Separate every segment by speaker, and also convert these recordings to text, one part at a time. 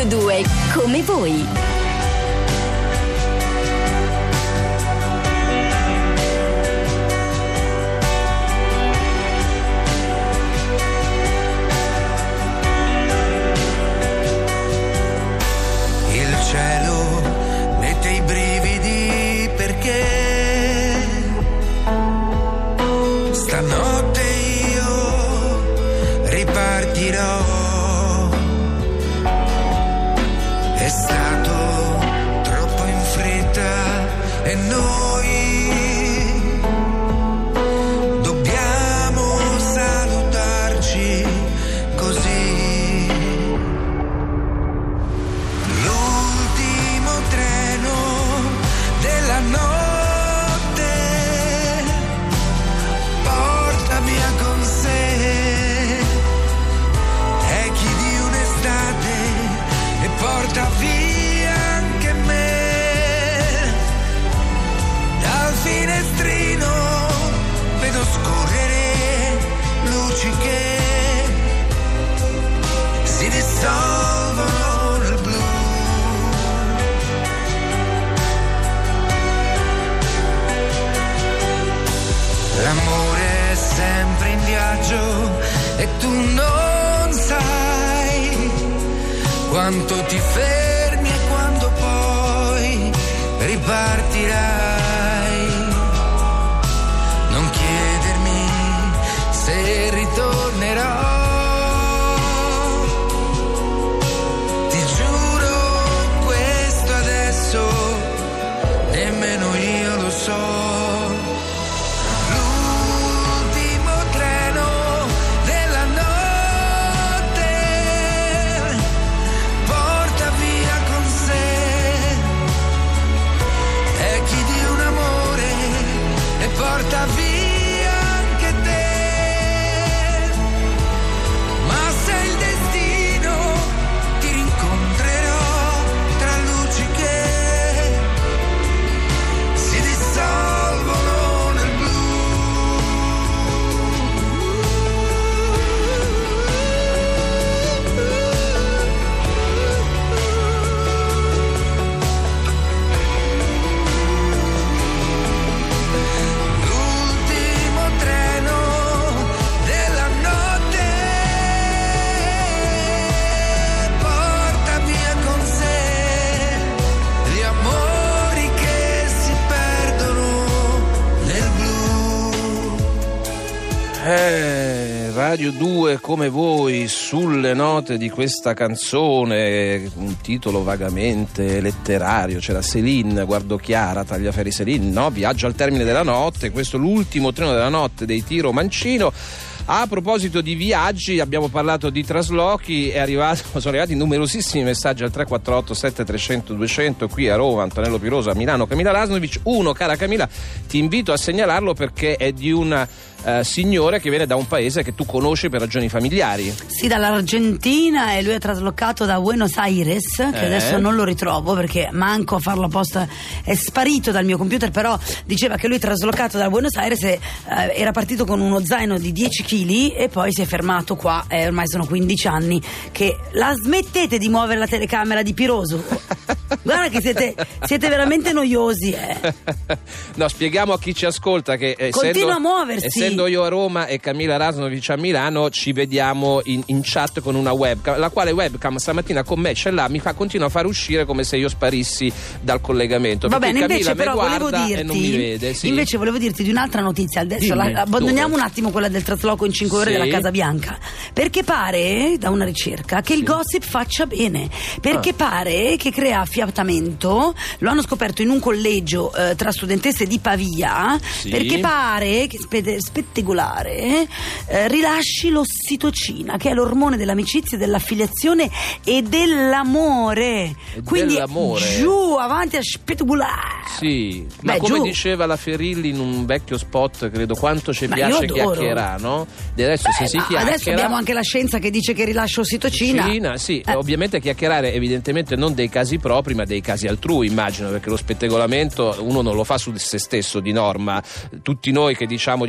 Speaker 1: Radio 2, come voi.
Speaker 2: Stanotte io ripartirò. È stato troppo in fretta e noi dobbiamo salutarci così. L'ultimo treno della notte con sé, è chi di un'estate e porta via anche me. Dal finestrino vedo scorrere luci che si dissolvono nel blu. L'amore sempre in viaggio e tu non sai quanto ti fermi e quando poi ripartirai. Non chiedermi se ritornerò, ti giuro questo adesso nemmeno io lo so. Porta via anche te, ma se il destino ti rincontrerò tra luci che si dissolvono nel blu.
Speaker 3: Radio 2 come voi, sulle note di questa canzone, un titolo vagamente letterario. C'era Céline, guardo Chiara, Tagliaferri Céline, no? Viaggio al termine della notte, questo è l'ultimo treno della notte dei Tiro Mancino. A proposito di viaggi, abbiamo parlato di traslochi, sono arrivati numerosissimi messaggi al 348 7300 200 qui a Roma, Antonello Pirosa, a Milano, Camilla Rasnovic. Uno, cara Camilla, ti invito a segnalarlo perché è di una signore che viene da un paese che tu conosci per ragioni familiari.
Speaker 4: Sì, dall'Argentina, e lui è traslocato da Buenos Aires, che adesso non lo ritrovo perché manco a farlo apposta, è sparito dal mio computer, però diceva che lui è traslocato da Buenos Aires e era partito con uno zaino di 10 kg e poi si è fermato qua, ormai sono 15 anni che la smettete di muovere la telecamera di Piroso. Guarda che siete veramente noiosi.
Speaker 3: No, spieghiamo a chi ci ascolta che
Speaker 4: continua a muoversi.
Speaker 3: Essendo io a Roma e Camilla Rasnovic a Milano, ci vediamo in chat con una webcam, la quale webcam stamattina con me ce l'ha, continua a far uscire come se io sparissi dal collegamento.
Speaker 4: Va bene,
Speaker 3: Camilla
Speaker 4: invece però volevo dirti,
Speaker 3: e non mi vede, sì.
Speaker 4: Invece volevo dirti di un'altra notizia. Adesso abbandoniamo un attimo quella del trasloco in 5 ore della Casa Bianca, perché pare da una ricerca che il gossip faccia bene, perché pare che crea affiatamento. Lo hanno scoperto in un collegio tra studentesse di Pavia, perché pare che spettacolare rilasci l'ossitocina, che è l'ormone dell'amicizia, dell'affiliazione e dell'amore. Quindi giù, avanti a spettacolare.
Speaker 3: Sì, ma come diceva la Ferilli in un vecchio spot, credo, quanto ci piace chiacchierare, no? Adesso se si chiacchiera,
Speaker 4: adesso abbiamo anche la scienza che dice che rilascia ossitocina.
Speaker 3: Sì, ovviamente chiacchierare evidentemente non dei casi propri ma dei casi altrui, immagino, perché lo spettacolamento uno non lo fa su se stesso di norma. Tutti noi che diciamo di non leggere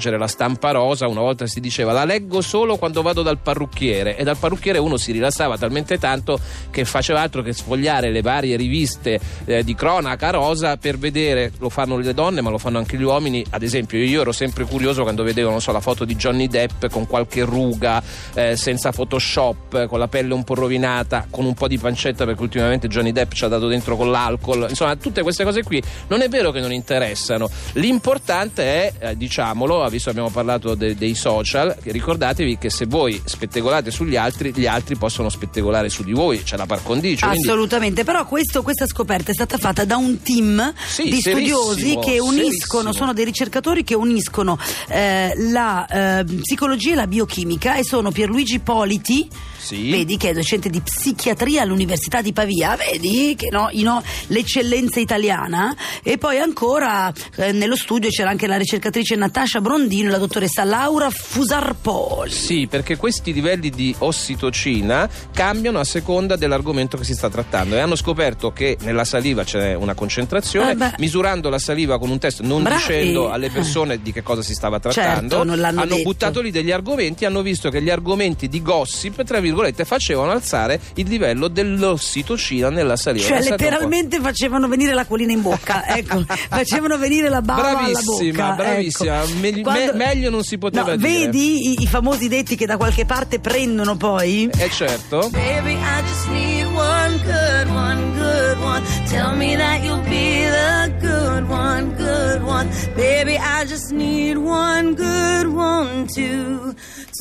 Speaker 3: leggere la stampa rosa. Una volta si diceva la leggo solo quando vado dal parrucchiere, e dal parrucchiere uno si rilassava talmente tanto che faceva altro che sfogliare le varie riviste di cronaca rosa per vedere. Lo fanno le donne ma lo fanno anche gli uomini. Ad esempio io ero sempre curioso quando vedevo, non so, la foto di Johnny Depp con qualche ruga, senza Photoshop, con la pelle un po' rovinata, con un po' di pancetta, perché ultimamente Johnny Depp ci ha dato dentro con l'alcol. Insomma, tutte queste cose qui non è vero che non interessano. L'importante è, diciamolo, visto che abbiamo parlato dei social, che ricordatevi che se voi spettegolate sugli altri, gli altri possono spettegolare su di voi. C'è la par condicio.
Speaker 4: Assolutamente, però questa scoperta è stata fatta da un team di studiosi che uniscono, sono dei ricercatori che uniscono la psicologia e la biochimica, e sono Pierluigi Politi, vedi, che è docente di psichiatria all'Università di Pavia, vedi che l'eccellenza italiana, e poi ancora nello studio c'era anche la ricercatrice Natascia Brondino e la dottoressa Laura Fusarpoli.
Speaker 3: Sì, perché questi livelli di ossitocina cambiano a seconda dell'argomento che si sta trattando, e hanno scoperto che nella saliva c'è una concentrazione. Misurando la saliva con un test, non dicendo alle persone di che cosa si stava trattando,
Speaker 4: certo, non l'hanno
Speaker 3: hanno
Speaker 4: detto.
Speaker 3: buttato lì degli argomenti, hanno visto che gli argomenti di gossip, tra virgolette, facevano alzare il livello dell'ossitocina nella saliva.
Speaker 4: Cioè letteralmente facevano venire l'acquolina in bocca, ecco, facevano venire la bava alla bocca.
Speaker 3: Bravissima,
Speaker 4: ecco.
Speaker 3: meglio non si poteva dire.
Speaker 4: Vedi i famosi detti che da qualche parte prendono poi?
Speaker 3: Certo.
Speaker 2: Baby, I just need one good one. Tell me that you'll be the good one. Baby, I just need one good one to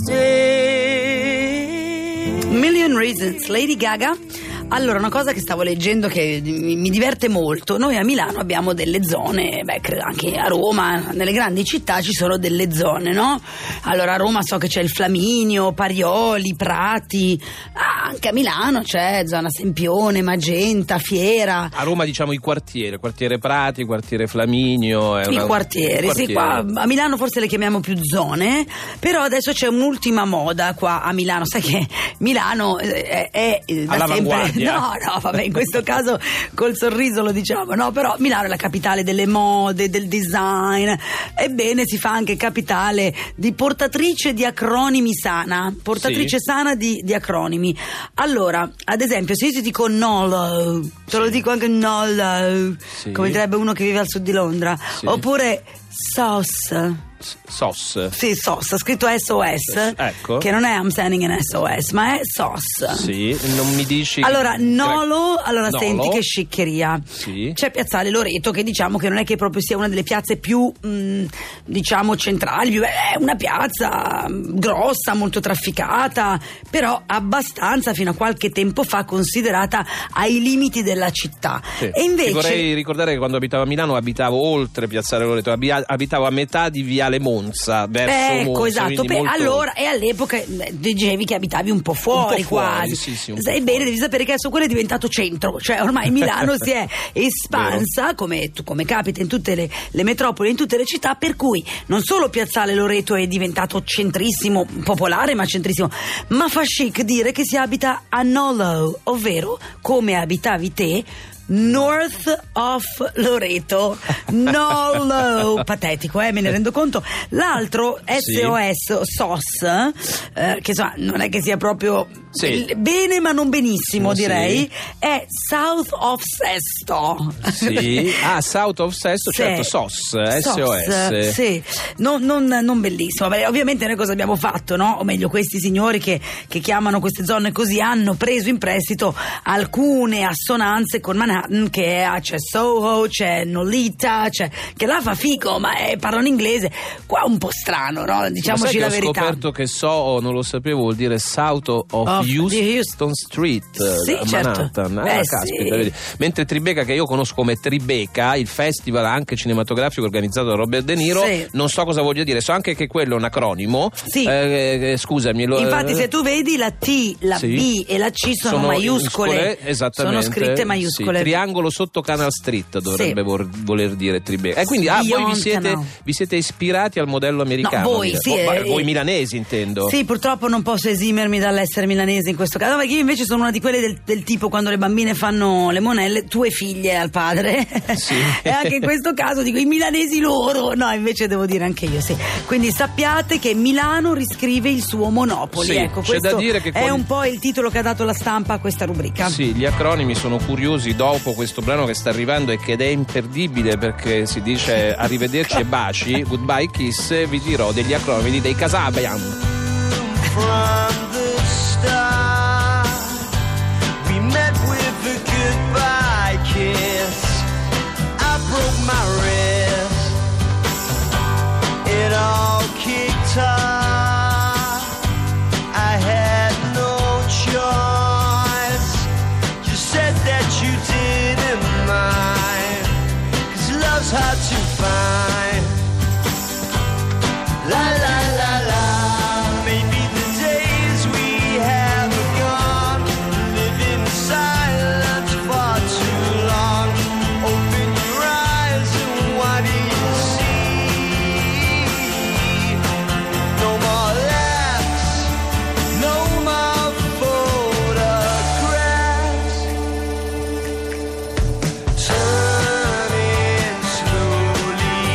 Speaker 2: stay.
Speaker 4: Million Reasons, Lady Gaga. Allora, una cosa che stavo leggendo che mi diverte molto: noi a Milano abbiamo delle zone, credo anche a Roma, nelle grandi città ci sono delle zone, no? Allora a Roma so che c'è il Flaminio, Parioli, Prati, anche a Milano c'è zona Sempione, Magenta, Fiera.
Speaker 3: A Roma diciamo i quartiere Prati, quartiere Flaminio.
Speaker 4: I quartieri, sì, qua a Milano forse le chiamiamo più zone, però adesso c'è un'ultima moda qua a Milano, sai che Milano è da sempre. No, vabbè, in questo caso col sorriso lo diciamo, no? Però Milano è la capitale delle mode, del design. Ebbene, si fa anche capitale di portatrice di acronimi sana. Portatrice sana di acronimi. Allora, ad esempio, se io ti dico Nolo, te lo dico anche Nolo, come direbbe uno che vive al sud di Londra. Oppure SOS. Sì, SOS, scritto SOS,
Speaker 3: ecco.
Speaker 4: Che non è I'm sending an SOS, ma è SOS.
Speaker 3: Sì, non mi dici.
Speaker 4: Allora, Nolo, senti che sciccheria.
Speaker 3: Sì.
Speaker 4: C'è Piazzale Loreto, che diciamo che non è che proprio sia una delle piazze più diciamo centrali, è una piazza grossa, molto trafficata, però abbastanza fino a qualche tempo fa considerata ai limiti della città.
Speaker 3: Sì.
Speaker 4: E invece
Speaker 3: ti vorrei ricordare che quando abitavo a Milano abitavo oltre Piazzale Loreto, abitavo a metà di Viale Monza, verso Monza,
Speaker 4: esatto.
Speaker 3: Molto...
Speaker 4: Allora, e all'epoca dicevi che abitavi un po' fuori, quasi.
Speaker 3: Sì,
Speaker 4: Bene, devi sapere che adesso quello è diventato centro, cioè ormai Milano si è espansa come capita in tutte le metropoli, in tutte le città, per cui non solo Piazzale Loreto è diventato centrissimo, popolare ma centrissimo, ma fa chic dire che si abita a Nolo, ovvero come abitavi te, North of Loreto. Nolo, patetico, me ne rendo conto. L'altro SOS, che insomma non è che sia proprio bene ma non benissimo, direi, è South of Sesto.
Speaker 3: South of Sesto, certo, SOS.
Speaker 4: Sì, non bellissimo. Beh, ovviamente noi cosa abbiamo fatto, no? O meglio, questi signori che chiamano queste zone così hanno preso in prestito alcune assonanze con Manhattan, che c'è Soho, c'è Nolita, che là fa figo, ma parlano inglese. Qua un po' strano, no? Diciamoci la verità.
Speaker 3: Ho scoperto che Soho, non lo sapevo, vuol dire South of Houston Street,
Speaker 4: sì,
Speaker 3: Manhattan.
Speaker 4: Certo.
Speaker 3: Caspita, vedi. Mentre Tribeca, che io conosco come Tribeca, il festival anche cinematografico organizzato da Robert De Niro, non so cosa voglia dire, so anche che quello è un acronimo. Scusami.
Speaker 4: Infatti, se tu vedi la T, la B e la C sono maiuscole.
Speaker 3: Esattamente.
Speaker 4: Sono scritte maiuscole.
Speaker 3: triangolo sotto Canal Street dovrebbe voler dire Tribeca. Quindi voi vi siete ispirati al modello americano?
Speaker 4: No, voi,
Speaker 3: voi milanesi intendo.
Speaker 4: Sì, purtroppo non posso esimermi dall'essere milanese in questo caso, perché io invece sono una di quelle del tipo, quando le bambine fanno le monelle, tue figlie al padre.
Speaker 3: Sì.
Speaker 4: E anche in questo caso dico i milanesi loro, no, invece devo dire anche io, sì. Quindi sappiate che Milano riscrive il suo Monopoli.
Speaker 3: Sì,
Speaker 4: ecco,
Speaker 3: c'è
Speaker 4: questo
Speaker 3: da dire che
Speaker 4: è un po' il titolo che ha dato la Stampa a questa rubrica.
Speaker 3: Sì, gli acronimi sono curiosi dopo questo brano che sta arrivando e che è imperdibile, perché si dice arrivederci e baci, goodbye kiss. Vi dirò degli acronimi dei Kasabian.
Speaker 5: From the start, we met with a goodbye kiss. I broke my wrist. It all kicked off. I had no choice. You said that you didn't mind, 'cause love's hard to find. La la la la. Maybe the days we have gone, living in silence far too long. Open your eyes and what do you see? No more laughs, no more photographs. Turning slowly,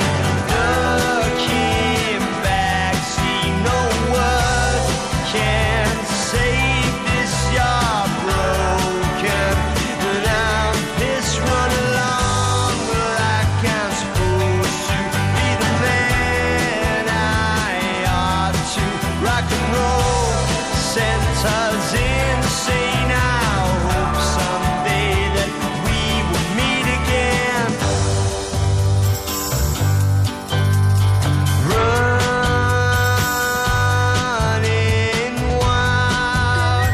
Speaker 5: looking back, see no word can save this. You're broken, and I'm pissed. Run along like I'm supposed to be the man I ought to. Rock and roll sent us insane. I hope someday that we will meet again. Running wild,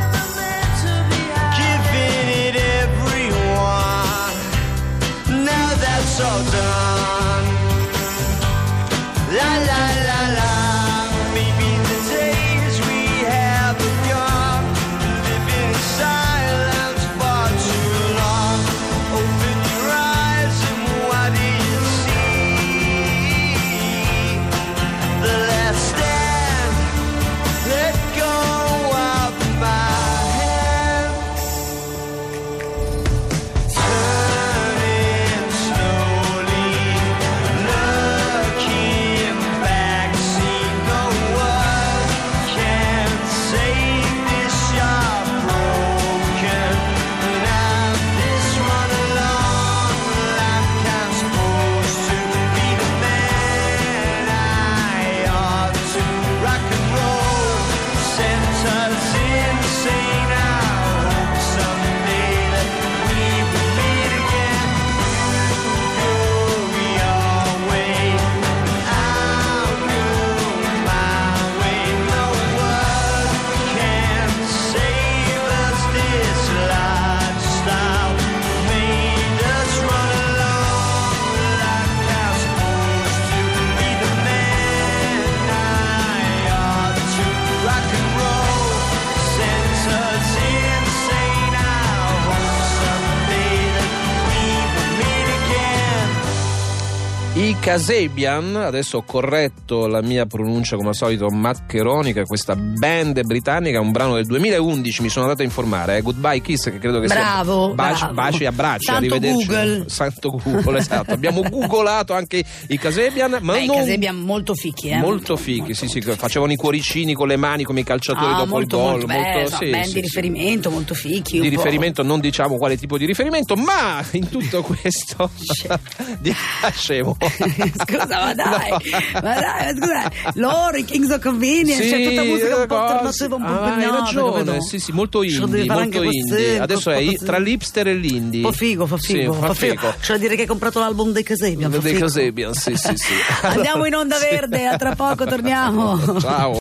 Speaker 5: giving it everyone. Now that's all done. La la la la. Maybe the days we have gone, living in silence far too long. Open your eyes and what do you see? The last stand, let go of my hand. Turning slowly, looking back, see no one can save this. You're broken, and I'm this. Run along like I'm supposed to be the man I ought to. Rock and roll sent us insane. I hope someday that we will meet again. Go your way, I'll go my way. No word can save us. This lifestyle made us run along like I'm supposed to be the man I ought to. Rock and roll sent us insane. I hope someday that we will meet again.
Speaker 3: I Kasabian, adesso ho corretto la mia pronuncia come al solito maccheronica, questa band britannica, un brano del 2011, mi sono andato a informare, Goodbye Kiss, che credo che
Speaker 4: Bravo,
Speaker 3: sia baci e abbracci,
Speaker 4: Santo
Speaker 3: arrivederci.
Speaker 4: Google.
Speaker 3: Santo Google, esatto. Abbiamo googolato anche i Kasabian, ma
Speaker 4: I Kasabian molto fichi,
Speaker 3: molto fighi, sì, facevano i cuoricini con le mani come i calciatori dopo
Speaker 4: molto,
Speaker 3: il gol,
Speaker 4: molto bello, band di riferimento, molto fichi.
Speaker 3: Di riferimento, non diciamo quale tipo di riferimento, ma in tutto questo scemo.
Speaker 4: Scusa, ma dai, scusa, loro, i Kings of Convenience,
Speaker 3: Sì,
Speaker 4: c'è tutta musica un po'
Speaker 3: cose.
Speaker 4: alternativa, un po'
Speaker 3: Hai
Speaker 4: impegnata,
Speaker 3: ragione,
Speaker 4: capito?
Speaker 3: sì, molto
Speaker 4: Ce lo devi
Speaker 3: indie,
Speaker 4: fare
Speaker 3: molto
Speaker 4: anche
Speaker 3: indie.
Speaker 4: questo,
Speaker 3: Adesso è
Speaker 4: così.
Speaker 3: tra l'hipster e l'indie.
Speaker 4: Fa figo.
Speaker 3: Sì, fa figo.
Speaker 4: Cioè dire che hai comprato l'album dei Kasabian.
Speaker 3: Dei Kasabian, sì.
Speaker 4: Andiamo in onda verde, a tra poco torniamo.
Speaker 3: Ciao.